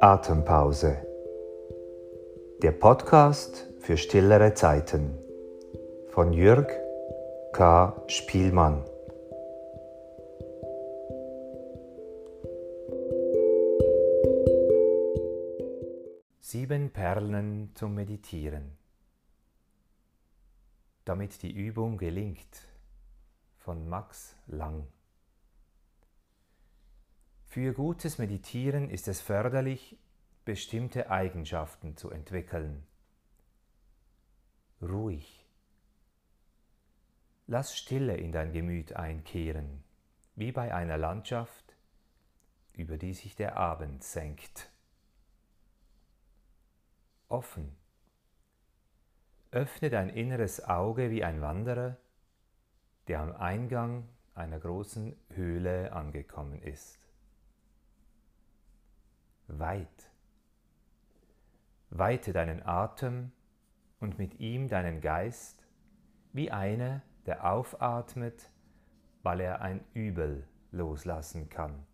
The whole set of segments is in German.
Atempause. Der Podcast für stillere Zeiten von Jürg K. Spielmann. Sieben Perlen zum Meditieren. Damit die Übung gelingt, von Max Lang. Für gutes Meditieren ist es förderlich, bestimmte Eigenschaften zu entwickeln. Ruhig. Lass Stille in dein Gemüt einkehren, wie bei einer Landschaft, über die sich der Abend senkt. Offen. Öffne dein inneres Auge wie ein Wanderer, der am Eingang einer großen Höhle angekommen ist. Weit. Weite deinen Atem und mit ihm deinen Geist, wie einer, der aufatmet, weil er ein Übel loslassen kann.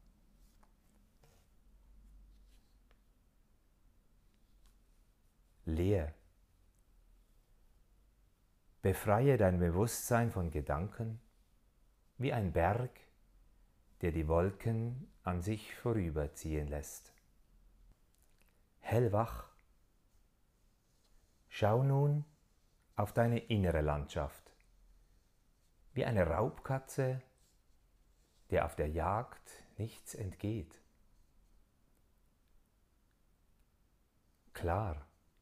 Leer. Befreie dein Bewusstsein von Gedanken, wie ein Berg, der die Wolken an sich vorüberziehen lässt. Hellwach. Schau nun auf deine innere Landschaft, wie eine Raubkatze, der auf der Jagd nichts entgeht. Klar.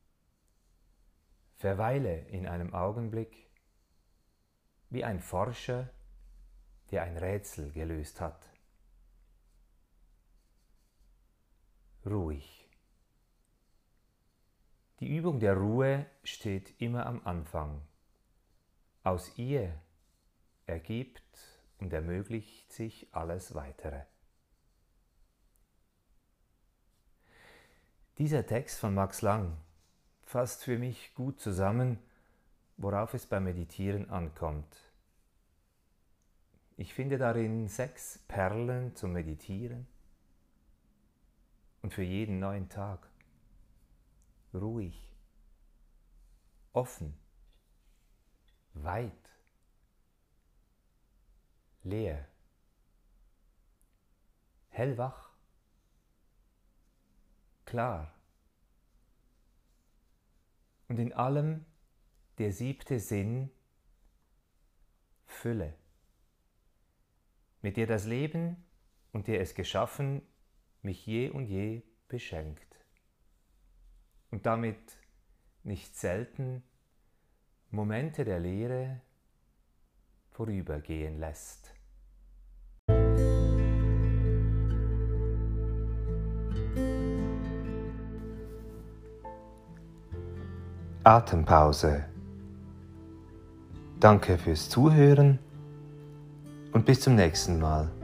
Verweile in einem Augenblick, wie ein Forscher, der ein Rätsel gelöst hat. Ruhig. Die Übung der Ruhe steht immer am Anfang. Aus ihr ergibt und ermöglicht sich alles Weitere. Dieser Text von Max Lang fasst für mich gut zusammen, worauf es beim Meditieren ankommt. Ich finde darin 6 Perlen zum Meditieren und für jeden neuen Tag. Ruhig, offen, weit, leer, hellwach, klar. Und in allem der 7. Sinn, Fülle, mit der das Leben und der es geschaffen mich je und je beschenkt und damit nicht selten Momente der Leere vorübergehen lässt. Atempause. Danke fürs Zuhören und bis zum nächsten Mal.